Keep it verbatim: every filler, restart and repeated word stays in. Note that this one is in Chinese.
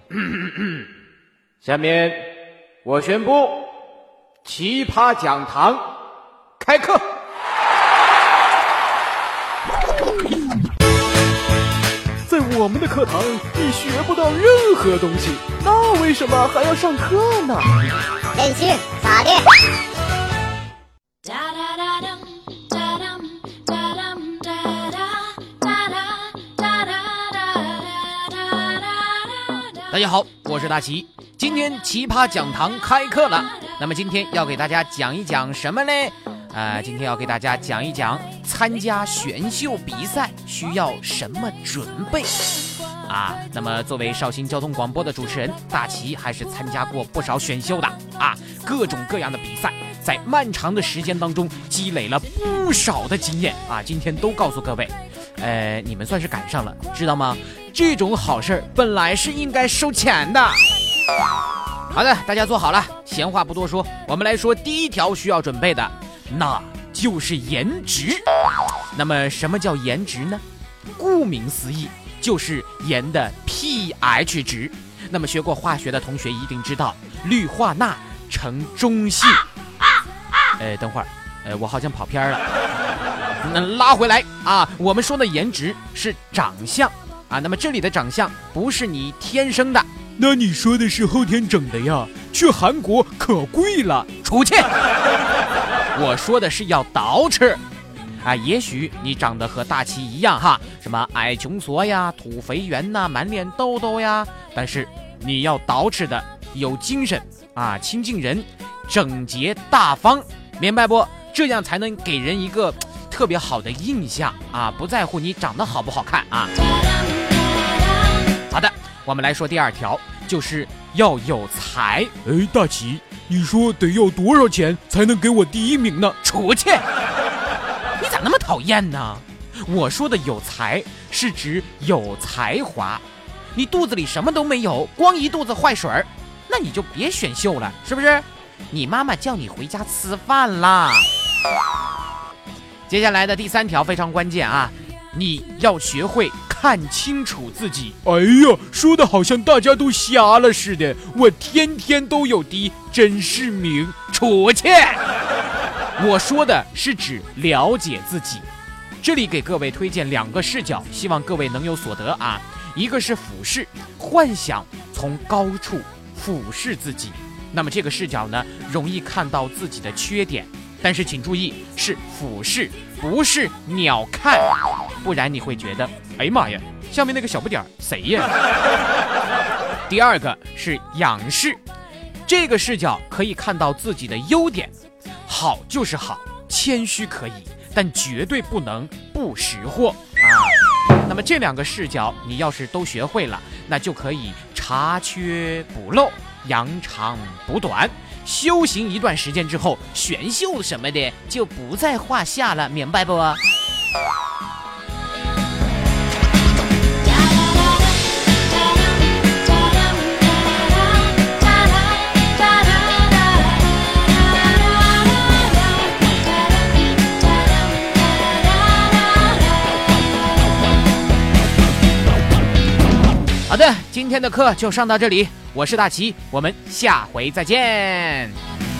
下面我宣布奇葩讲堂开课。 在我们的课堂，你学不到任何东西，那为什么还要上课呢？ 真是傻的。 大家好，我是大齐，今天奇葩讲堂开课了。那么今天要给大家讲一讲什么呢？呃，今天要给大家讲一讲参加选秀比赛需要什么准备啊。那么作为绍兴交通广播的主持人，大齐还是参加过不少选秀的啊，各种各样的比赛，在漫长的时间当中积累了不少的经验啊。今天都告诉各位，呃，你们算是赶上了，知道吗？这种好事本来是应该收钱的。好的，大家坐好了，闲话不多说，我们来说第一条需要准备的，那就是颜值。那么什么叫颜值呢？顾名思义，就是盐的 pH 值。那么学过化学的同学一定知道，氯化钠呈中性。呃，等会儿，呃，我好像跑偏了。那拉回来啊，我们说的颜值是长相啊。那么这里的长相不是你天生的， 那你说的是后天整的呀？去韩国可贵了， 出去！我说的是要捯饬啊。也许你长得和大齐一样哈，什么矮穷矬呀、土肥圆呐、满脸痘痘呀，但是你要捯饬的有精神啊，亲近人，整洁大方，明白不？这样才能给人一个特别好的印象啊，不在乎你长得好不好看啊。好的，我们来说第二条，就是要有才。 哎，大齐，你说得要多少钱才能给我第一名呢？ 出去！你咋那么讨厌呢？我说的有才是指有才华，你肚子里什么都没有，光一肚子坏水儿，那你就别选秀了，是不是？你妈妈叫你回家吃饭啦。接下来的第三条非常关键啊，你要学会看清楚自己。 哎呀，说的好像大家都瞎了似的，我天天都有的真是名。 出去！我说的是指了解自己。这里给各位推荐两个视角，希望各位能有所得啊。一个是俯视，幻想从高处俯视自己，那么这个视角呢，容易看到自己的缺点，但是请注意是俯视，不是鸟看，不然你会觉得，哎呀妈呀，下面那个小不点谁呀？第二个是仰视，这个视角可以看到自己的优点，好就是好，谦虚可以，但绝对不能不识货啊。那么这两个视角你要是都学会了，那就可以查缺补漏，扬长补短，修行一段时间之后，选秀什么的就不在话下了，明白不？好的，今天的课就上到这里，我是大齐，我们下回再见。